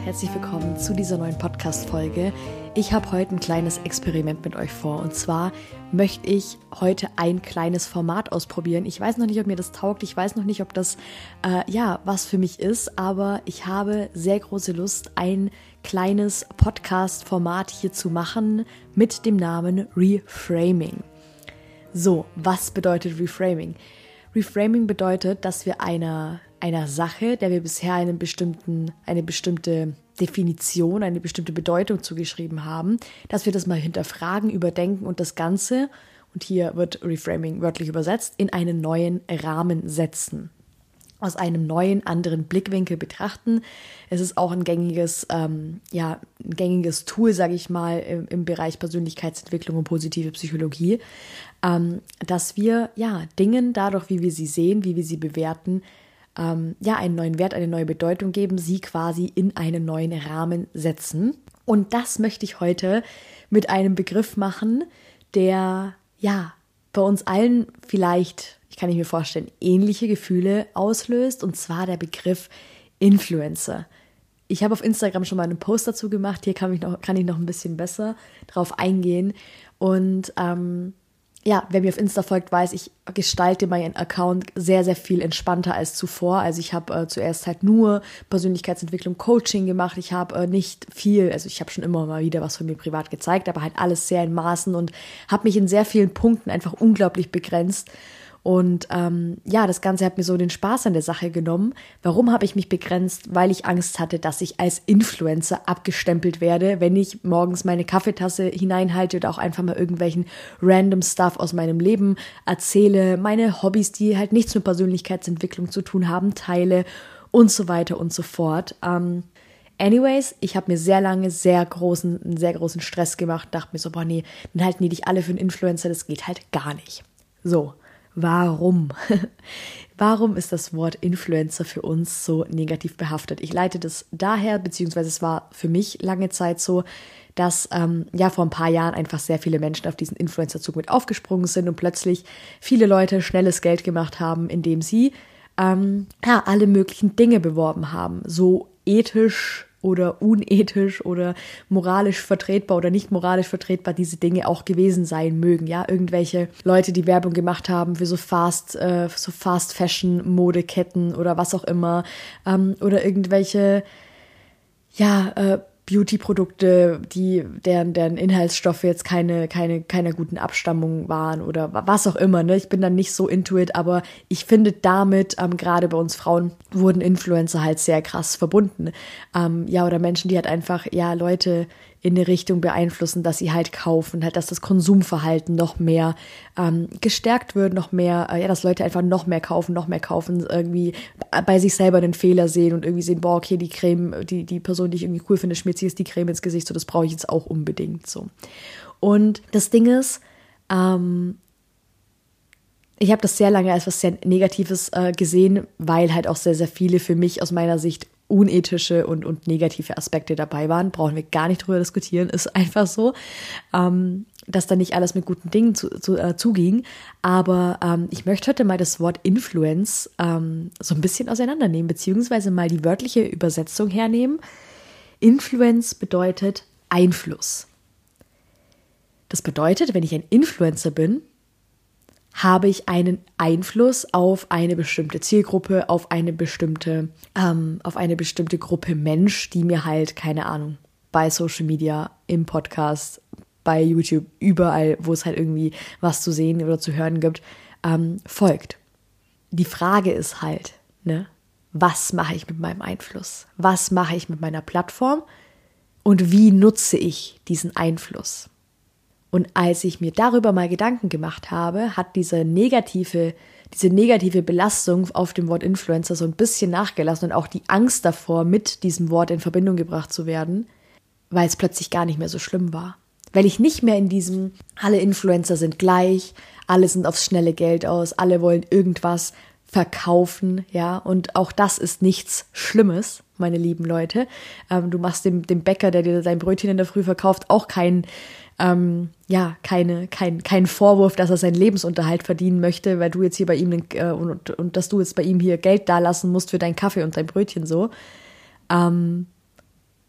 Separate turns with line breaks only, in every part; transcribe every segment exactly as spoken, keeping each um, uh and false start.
herzlich willkommen zu dieser neuen Podcast-Folge. Ich habe heute ein kleines Experiment mit euch vor und zwar möchte ich heute ein kleines Format ausprobieren. Ich weiß noch nicht, ob mir das taugt, ich weiß noch nicht, ob das äh, ja was für mich ist, aber ich habe sehr große Lust, ein kleines Podcast-Format hier zu machen mit dem Namen Reframing. So, was bedeutet Reframing? Reframing bedeutet, dass wir einer, einer Sache, der wir bisher einen bestimmten, eine bestimmte Definition, eine bestimmte Bedeutung zugeschrieben haben, dass wir das mal hinterfragen, überdenken und das Ganze, und hier wird Reframing wörtlich übersetzt, in einen neuen Rahmen setzen. Aus einem neuen, anderen Blickwinkel betrachten. Es ist auch ein gängiges, ähm, ja, ein gängiges Tool, sage ich mal, im, im Bereich Persönlichkeitsentwicklung und positive Psychologie, ähm, dass wir ja Dingen dadurch, wie wir sie sehen, wie wir sie bewerten, ähm, ja einen neuen Wert, eine neue Bedeutung geben, sie quasi in einen neuen Rahmen setzen. Und das möchte ich heute mit einem Begriff machen, der ja bei uns allen vielleicht, ich kann mir vorstellen, ähnliche Gefühle auslöst, und zwar der Begriff Influencer. Ich habe auf Instagram schon mal einen Post dazu gemacht, hier kann ich noch, kann ich noch ein bisschen besser drauf eingehen. Und ähm, ja, wer mir auf Insta folgt, weiß, ich gestalte meinen Account sehr, sehr viel entspannter als zuvor. Also ich habe äh, zuerst halt nur Persönlichkeitsentwicklung, Coaching gemacht. Ich habe äh, nicht viel, also ich habe schon immer mal wieder was von mir privat gezeigt, aber halt alles sehr in Maßen und habe mich in sehr vielen Punkten einfach unglaublich begrenzt. Und ähm, ja, das Ganze hat mir so den Spaß an der Sache genommen. Warum habe ich mich begrenzt? Weil ich Angst hatte, dass ich als Influencer abgestempelt werde, wenn ich morgens meine Kaffeetasse hineinhalte oder auch einfach mal irgendwelchen random Stuff aus meinem Leben erzähle, meine Hobbys, die halt nichts mit Persönlichkeitsentwicklung zu tun haben, teile und so weiter und so fort. Ähm, anyways, ich habe mir sehr lange sehr großen, einen sehr großen Stress gemacht, dachte mir so, boah nee, dann halten die dich alle für einen Influencer, das geht halt gar nicht. So. Warum? Warum ist das Wort Influencer für uns so negativ behaftet? Ich leite das daher, beziehungsweise es war für mich lange Zeit so, dass ähm, ja vor ein paar Jahren einfach sehr viele Menschen auf diesen Influencer-Zug mit aufgesprungen sind und plötzlich viele Leute schnelles Geld gemacht haben, indem sie ähm, ja, alle möglichen Dinge beworben haben, so ethisch oder unethisch oder moralisch vertretbar oder nicht moralisch vertretbar diese Dinge auch gewesen sein mögen, ja, irgendwelche Leute, die Werbung gemacht haben für so Fast, äh, so Fast Fashion Modeketten oder was auch immer, ähm, oder irgendwelche, ja, äh, Beauty-Produkte, die, deren, deren Inhaltsstoffe jetzt keine, keine, keine guten Abstammung waren oder was auch immer, ne? Ich bin dann nicht so into it, aber ich finde damit, ähm, gerade bei uns Frauen, wurden Influencer halt sehr krass verbunden. Ähm, ja, oder Menschen, die halt einfach, ja, Leute in eine Richtung beeinflussen, dass sie halt kaufen, halt, dass das Konsumverhalten noch mehr ähm, gestärkt wird, noch mehr, äh, ja, dass Leute einfach noch mehr kaufen, noch mehr kaufen, irgendwie bei sich selber den Fehler sehen und irgendwie sehen, boah, okay, die Creme, die, die Person, die ich irgendwie cool finde, schmiert sich jetzt die Creme ins Gesicht, so, das brauche ich jetzt auch unbedingt, so. Und das Ding ist, ähm, ich habe das sehr lange als was sehr Negatives äh, gesehen, weil halt auch sehr, sehr viele für mich aus meiner Sicht unethische und, und negative Aspekte dabei waren. Brauchen wir gar nicht drüber diskutieren, ist einfach so, ähm, dass da nicht alles mit guten Dingen zu, zu, äh, zuging. Aber ähm, ich möchte heute mal das Wort Influence ähm, so ein bisschen auseinandernehmen, beziehungsweise mal die wörtliche Übersetzung hernehmen. Influence bedeutet Einfluss. Das bedeutet, wenn ich ein Influencer bin, habe ich einen Einfluss auf eine bestimmte Zielgruppe, auf eine bestimmte, ähm, auf eine bestimmte Gruppe Mensch, die mir halt, keine Ahnung, bei Social Media, im Podcast, bei YouTube, überall, wo es halt irgendwie was zu sehen oder zu hören gibt, ähm, folgt. Die Frage ist halt, ne, was mache ich mit meinem Einfluss? Was mache ich mit meiner Plattform? Und wie nutze ich diesen Einfluss? Und als ich mir darüber mal Gedanken gemacht habe, hat diese negative, diese negative Belastung auf dem Wort Influencer so ein bisschen nachgelassen und auch die Angst davor, mit diesem Wort in Verbindung gebracht zu werden, weil es plötzlich gar nicht mehr so schlimm war. Weil ich nicht mehr in diesem, alle Influencer sind gleich, alle sind aufs schnelle Geld aus, alle wollen irgendwas verkaufen, ja, und auch das ist nichts Schlimmes, meine lieben Leute. Ähm, du machst dem, dem Bäcker, der dir sein Brötchen in der Früh verkauft, auch keinen Ähm, ja, keine, kein, kein Vorwurf, dass er seinen Lebensunterhalt verdienen möchte, weil du jetzt hier bei ihm äh, und, und dass du jetzt bei ihm hier Geld dalassen musst für deinen Kaffee und dein Brötchen so. Ähm,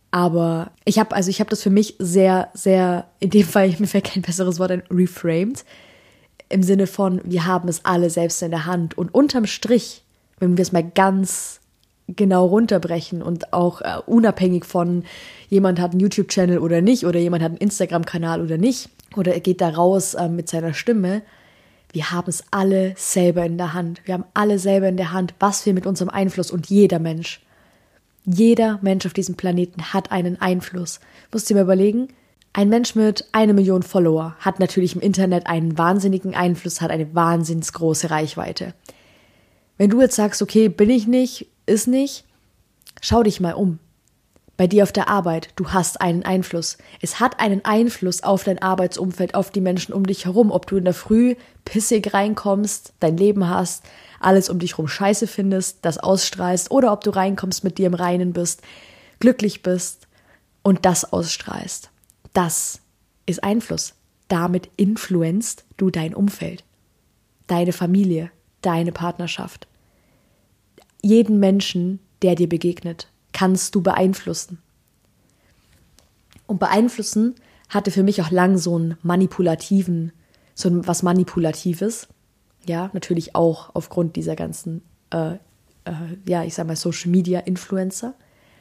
Aber ich habe also ich habe das für mich sehr, sehr, in dem Fall, mir fällt kein besseres Wort ein, reframed. Im Sinne von, wir haben es alle selbst in der Hand. Und unterm Strich, wenn wir es mal ganz genau runterbrechen und auch äh, unabhängig von, jemand hat einen YouTube-Channel oder nicht oder jemand hat einen Instagram-Kanal oder nicht oder er geht da raus äh, mit seiner Stimme, wir haben es alle selber in der Hand. Wir haben alle selber in der Hand, was wir mit unserem Einfluss und jeder Mensch, jeder Mensch auf diesem Planeten hat einen Einfluss. Musst du dir mal überlegen, ein Mensch mit einer Million Follower hat natürlich im Internet einen wahnsinnigen Einfluss, hat eine wahnsinnig große Reichweite. Wenn du jetzt sagst, okay, bin ich nicht, ist nicht, schau dich mal um. Bei dir auf der Arbeit, du hast einen Einfluss. Es hat einen Einfluss auf dein Arbeitsumfeld, auf die Menschen um dich herum, ob du in der Früh pissig reinkommst, dein Leben hast, alles um dich herum scheiße findest, das ausstrahlst, oder ob du reinkommst, mit dir im Reinen bist, glücklich bist und das ausstrahlst. Das ist Einfluss. Damit influenzt du dein Umfeld, deine Familie, deine Partnerschaft. Jeden Menschen, der dir begegnet, kannst du beeinflussen. Und beeinflussen hatte für mich auch lang so einen manipulativen, so was Manipulatives. Ja, natürlich auch aufgrund dieser ganzen, äh, äh, ja, ich sag mal Social Media Influencer.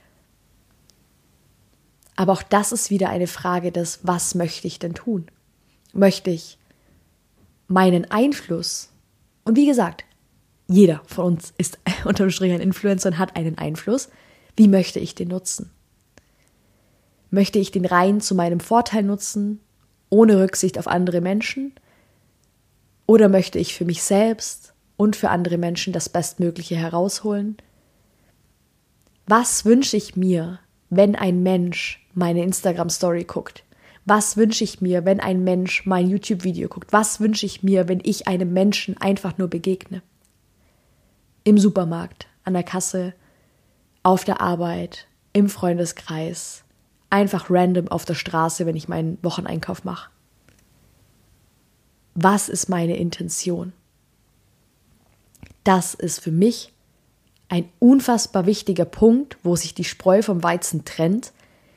Aber auch das ist wieder eine Frage des, was möchte ich denn tun? Möchte ich meinen Einfluss, und wie gesagt, jeder von uns ist unterm Strich ein Influencer und hat einen Einfluss. Wie möchte ich den nutzen? Möchte ich den rein zu meinem Vorteil nutzen, ohne Rücksicht auf andere Menschen? Oder möchte ich für mich selbst und für andere Menschen das Bestmögliche herausholen? Was wünsche ich mir, wenn ein Mensch meine Instagram-Story guckt? Was wünsche ich mir, wenn ein Mensch mein YouTube-Video guckt? Was wünsche ich mir, wenn ich einem Menschen einfach nur begegne? Im Supermarkt, an der Kasse, auf der Arbeit, im Freundeskreis, einfach random auf der Straße, wenn ich meinen Wocheneinkauf mache. Was ist meine Intention? Das ist für mich ein unfassbar wichtiger Punkt, wo sich die Spreu vom Weizen trennt.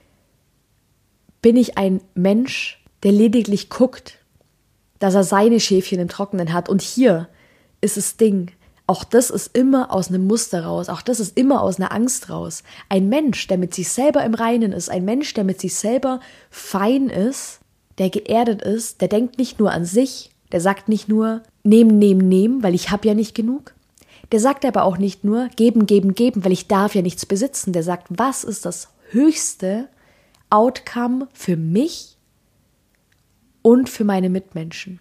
Bin ich ein Mensch, der lediglich guckt, dass er seine Schäfchen im Trockenen hat? Und hier ist das Ding. Auch das ist immer aus einem Muster raus, auch das ist immer aus einer Angst raus. Ein Mensch, der mit sich selber im Reinen ist, ein Mensch, der mit sich selber fein ist, der geerdet ist, der denkt nicht nur an sich, der sagt nicht nur nehmen, nehmen, nehmen, weil ich habe ja nicht genug. Der sagt aber auch nicht nur geben, geben, geben, weil ich darf ja nichts besitzen. Der sagt, was ist das höchste Outcome für mich und für meine Mitmenschen?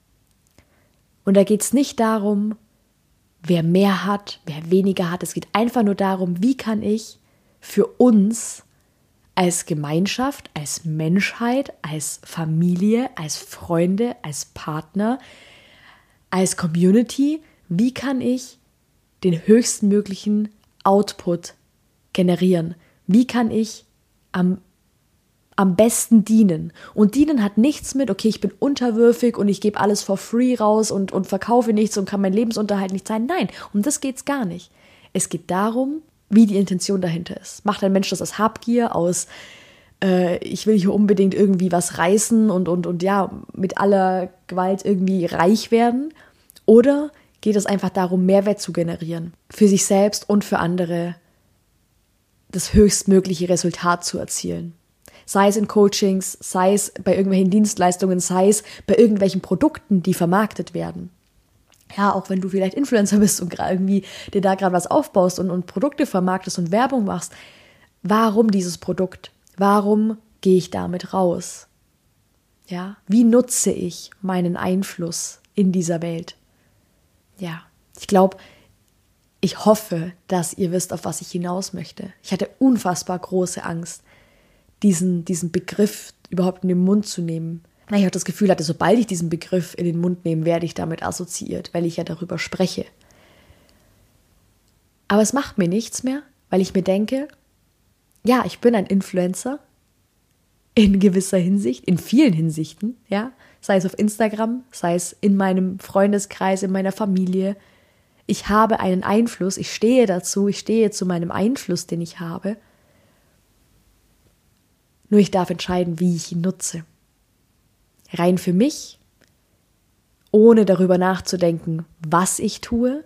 Und da geht es nicht darum, wer mehr hat, wer weniger hat. Es geht einfach nur darum, wie kann ich für uns als Gemeinschaft, als Menschheit, als Familie, als Freunde, als Partner, als Community, wie kann ich den höchsten möglichen Output generieren? Wie kann ich am am besten dienen? Und dienen hat nichts mit, okay, ich bin unterwürfig und ich gebe alles for free raus und, und verkaufe nichts und kann mein Lebensunterhalt nicht sein. Nein, um das geht's gar nicht. Es geht darum, wie die Intention dahinter ist. Macht ein Mensch das aus Habgier, aus äh, ich will hier unbedingt irgendwie was reißen und, und, und ja, mit aller Gewalt irgendwie reich werden? Oder geht es einfach darum, Mehrwert zu generieren? Für sich selbst und für andere das höchstmögliche Resultat zu erzielen. Sei es in Coachings, sei es bei irgendwelchen Dienstleistungen, sei es bei irgendwelchen Produkten, die vermarktet werden. Ja, auch wenn du vielleicht Influencer bist und irgendwie dir da gerade was aufbaust und, und Produkte vermarktest und Werbung machst. Warum dieses Produkt? Warum gehe ich damit raus? Ja, wie nutze ich meinen Einfluss in dieser Welt? Ja, ich glaube, ich hoffe, dass ihr wisst, auf was ich hinaus möchte. Ich hatte unfassbar große Angst, diesen, diesen Begriff überhaupt in den Mund zu nehmen. Ich auch das Gefühl hatte, sobald ich diesen Begriff in den Mund nehme, werde ich damit assoziiert, weil ich ja darüber spreche. Aber es macht mir nichts mehr, weil ich mir denke, ja, ich bin ein Influencer in gewisser Hinsicht, in vielen Hinsichten, ja, sei es auf Instagram, sei es in meinem Freundeskreis, in meiner Familie. Ich habe einen Einfluss, ich stehe dazu, ich stehe zu meinem Einfluss, den ich habe. Nur ich darf entscheiden, wie ich ihn nutze. Rein für mich, ohne darüber nachzudenken, was ich tue,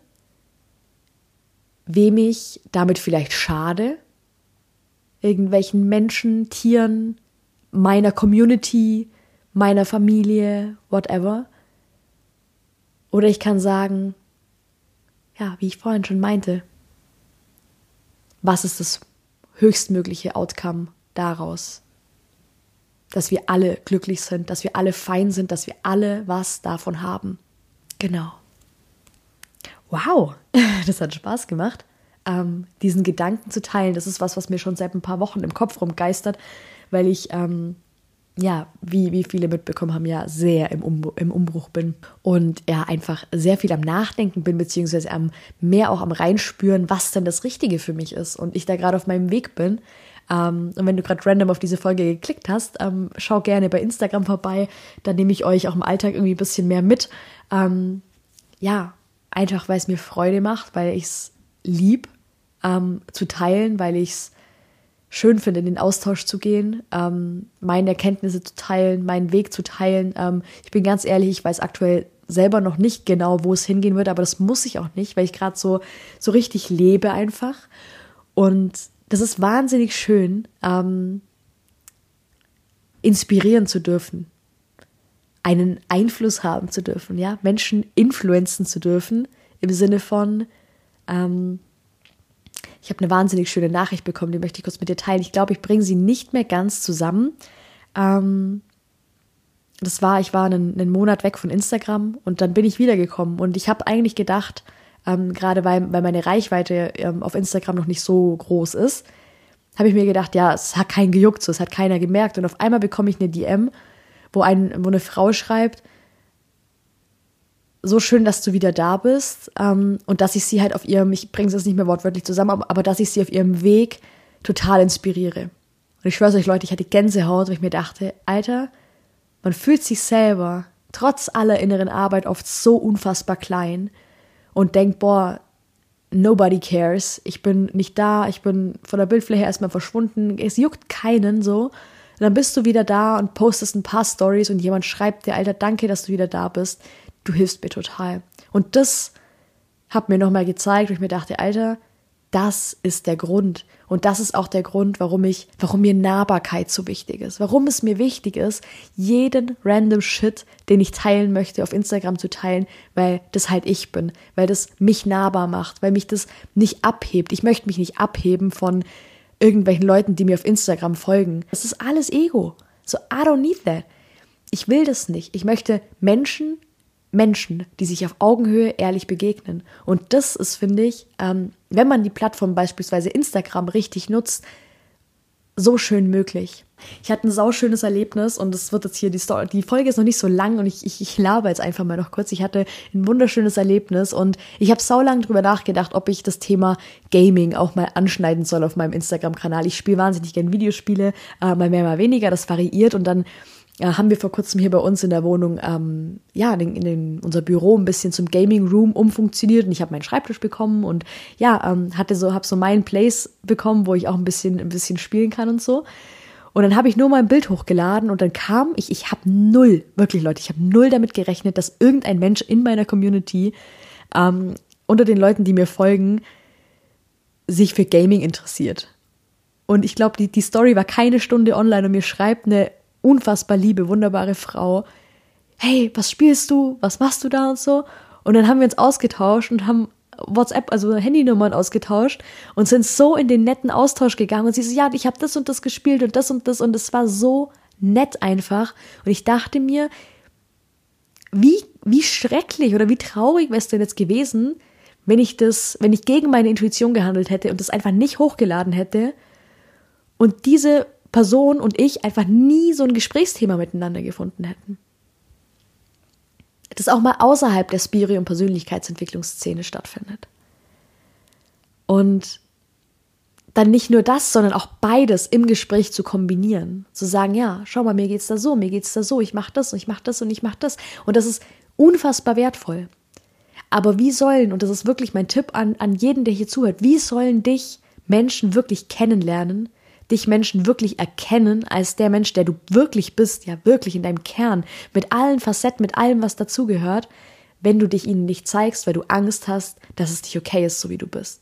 wem ich damit vielleicht schade, irgendwelchen Menschen, Tieren, meiner Community, meiner Familie, whatever. Oder ich kann sagen, ja, wie ich vorhin schon meinte, was ist das höchstmögliche Outcome daraus? Dass wir alle glücklich sind, dass wir alle fein sind, dass wir alle was davon haben. Genau. Wow, das hat Spaß gemacht, ähm, diesen Gedanken zu teilen. Das ist was, was mir schon seit ein paar Wochen im Kopf rumgeistert, weil ich, ähm, ja, wie, wie viele mitbekommen haben, ja sehr im, um, im Umbruch bin und ja einfach sehr viel am Nachdenken bin, beziehungsweise am, mehr auch am Reinspüren, was denn das Richtige für mich ist und ich da gerade auf meinem Weg bin. Um, und wenn du gerade random auf diese Folge geklickt hast, um, schau gerne bei Instagram vorbei, da nehme ich euch auch im Alltag irgendwie ein bisschen mehr mit. Um, ja, einfach weil es mir Freude macht, weil ich es lieb um, zu teilen, weil ich es schön finde, in den Austausch zu gehen, um, meine Erkenntnisse zu teilen, meinen Weg zu teilen. Um, ich bin ganz ehrlich, ich weiß aktuell selber noch nicht genau, wo es hingehen wird, aber das muss ich auch nicht, weil ich gerade so, so richtig lebe einfach. Und das ist wahnsinnig schön, ähm, inspirieren zu dürfen, einen Einfluss haben zu dürfen, ja, Menschen influenzen zu dürfen, im Sinne von, ähm, ich habe eine wahnsinnig schöne Nachricht bekommen, die möchte ich kurz mit dir teilen. Ich glaube, ich bringe sie nicht mehr ganz zusammen. Ähm, das war, ich war einen, einen Monat weg von Instagram und dann bin ich wiedergekommen und ich habe eigentlich gedacht, Ähm, gerade weil, weil meine Reichweite ähm, auf Instagram noch nicht so groß ist, habe ich mir gedacht, ja, es hat keinen gejuckt, so, es hat keiner gemerkt. Und auf einmal bekomme ich eine D M, wo, ein, wo eine Frau schreibt, so schön, dass du wieder da bist ähm, und dass ich sie halt auf ihrem, ich bringe es jetzt nicht mehr wortwörtlich zusammen, aber, aber dass ich sie auf ihrem Weg total inspiriere. Und ich schwöre euch, Leute, ich hatte Gänsehaut, weil ich mir dachte, Alter, man fühlt sich selber trotz aller inneren Arbeit oft so unfassbar klein und denkt, boah, nobody cares, ich bin nicht da, ich bin von der Bildfläche erstmal verschwunden, es juckt keinen so. Und dann bist du wieder da und postest ein paar Stories und jemand schreibt dir, Alter, danke, dass du wieder da bist, du hilfst mir total. Und das hat mir nochmal gezeigt, wo ich mir dachte, Alter, das ist der Grund. Und das ist auch der Grund, warum ich, warum mir Nahbarkeit so wichtig ist. Warum es mir wichtig ist, jeden random Shit, den ich teilen möchte, auf Instagram zu teilen, weil das halt ich bin, weil das mich nahbar macht, weil mich das nicht abhebt. Ich möchte mich nicht abheben von irgendwelchen Leuten, die mir auf Instagram folgen. Das ist alles Ego. So, I don't need that. Ich will das nicht. Ich möchte Menschen Menschen, die sich auf Augenhöhe ehrlich begegnen. Und das ist, finde ich, ähm, wenn man die Plattform beispielsweise Instagram richtig nutzt, so schön möglich. Ich hatte ein sauschönes Erlebnis und es wird jetzt hier, die Story, die Folge ist noch nicht so lang und ich, ich, ich laber jetzt einfach mal noch kurz. Ich hatte ein wunderschönes Erlebnis und ich habe saulang drüber nachgedacht, ob ich das Thema Gaming auch mal anschneiden soll auf meinem Instagram-Kanal. Ich spiele wahnsinnig gerne Videospiele, äh, mal mehr, mal weniger, das variiert und dann Ja, haben wir vor kurzem hier bei uns in der Wohnung ähm, ja in, in unser Büro ein bisschen zum Gaming Room umfunktioniert und ich habe meinen Schreibtisch bekommen und ja ähm, hatte so habe so meinen Place bekommen, wo ich auch ein bisschen ein bisschen spielen kann und so. Und dann habe ich nur mal ein Bild hochgeladen und dann kam ich ich habe null wirklich Leute ich habe null damit gerechnet, dass irgendein Mensch in meiner Community ähm, unter den Leuten, die mir folgen, sich für Gaming interessiert. Und ich glaube, die die Story war keine Stunde online und mir schreibt eine unfassbar liebe, wunderbare Frau, hey, was spielst du, was machst du da und so. Und dann haben wir uns ausgetauscht und haben WhatsApp, also Handynummern ausgetauscht und sind so in den netten Austausch gegangen. Und sie so, ja, ich habe das und das gespielt und das und das und es war so nett einfach. Und ich dachte mir, wie, wie schrecklich oder wie traurig wäre es denn jetzt gewesen, wenn ich das, wenn ich gegen meine Intuition gehandelt hätte und das einfach nicht hochgeladen hätte und diese Person und ich einfach nie so ein Gesprächsthema miteinander gefunden hätten. Das auch mal außerhalb der Spiri- und Persönlichkeitsentwicklungsszene stattfindet. Und dann nicht nur das, sondern auch beides im Gespräch zu kombinieren. Zu sagen, ja, schau mal, mir geht's da so, mir geht's da so, ich mach das und ich mach das und ich mach das. Und das ist unfassbar wertvoll. Aber wie sollen, und das ist wirklich mein Tipp an, an jeden, der hier zuhört, wie sollen dich Menschen wirklich kennenlernen, dich Menschen wirklich erkennen als der Mensch, der du wirklich bist, ja wirklich in deinem Kern, mit allen Facetten, mit allem, was dazugehört, wenn du dich ihnen nicht zeigst, weil du Angst hast, dass es nicht okay ist, so wie du bist.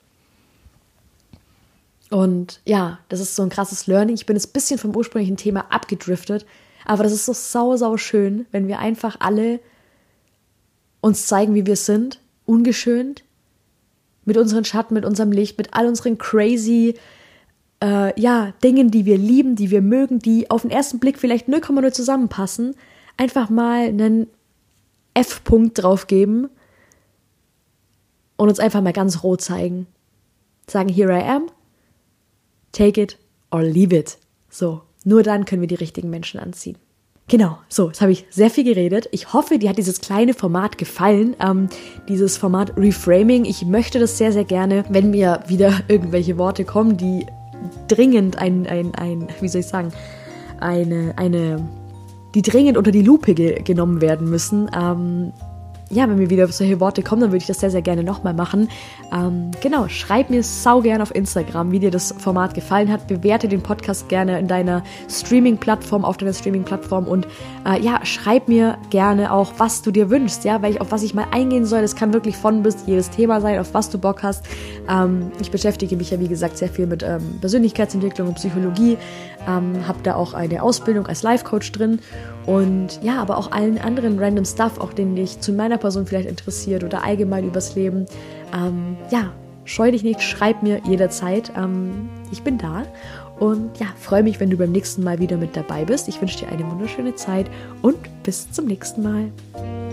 Und ja, das ist so ein krasses Learning. Ich bin jetzt ein bisschen vom ursprünglichen Thema abgedriftet, aber das ist so sau, sau schön, wenn wir einfach alle uns zeigen, wie wir sind, ungeschönt, mit unseren Schatten, mit unserem Licht, mit all unseren crazy Äh, ja, Dingen, die wir lieben, die wir mögen, die auf den ersten Blick vielleicht null Komma null zusammenpassen, einfach mal einen F-Punkt drauf geben und uns einfach mal ganz roh zeigen. Sagen, here I am, take it or leave it. So, nur dann können wir die richtigen Menschen anziehen. Genau, so, jetzt habe ich sehr viel geredet. Ich hoffe, dir hat dieses kleine Format gefallen, ähm, dieses Format Reframing. Ich möchte das sehr, sehr gerne, wenn mir wieder irgendwelche Worte kommen, die dringend ein, ein, ein, wie soll ich sagen, eine, eine, die dringend unter die Lupe ge- genommen werden müssen. Ähm, ja, wenn mir wieder solche Worte kommen, dann würde ich das sehr, sehr gerne nochmal machen. Ähm, genau, schreib mir sau gerne auf Instagram, wie dir das Format gefallen hat. Bewerte den Podcast gerne in deiner Streaming-Plattform, auf deiner Streaming-Plattform und äh, ja, schreib mir gerne auch, was du dir wünschst, ja, weil ich, auf was ich mal eingehen soll. Das kann wirklich von bis jedes Thema sein, auf was du Bock hast. Ähm, ich beschäftige mich ja, wie gesagt, sehr viel mit ähm, Persönlichkeitsentwicklung und Psychologie, ähm, habe da auch eine Ausbildung als Life-Coach drin und ja, aber auch allen anderen random Stuff, auch den dich zu meiner Person vielleicht interessiert oder allgemein übers Leben. Ähm, ja, scheu dich nicht, schreib mir jederzeit. Ähm, ich bin da und ja, freue mich, wenn du beim nächsten Mal wieder mit dabei bist. Ich wünsche dir eine wunderschöne Zeit und bis zum nächsten Mal.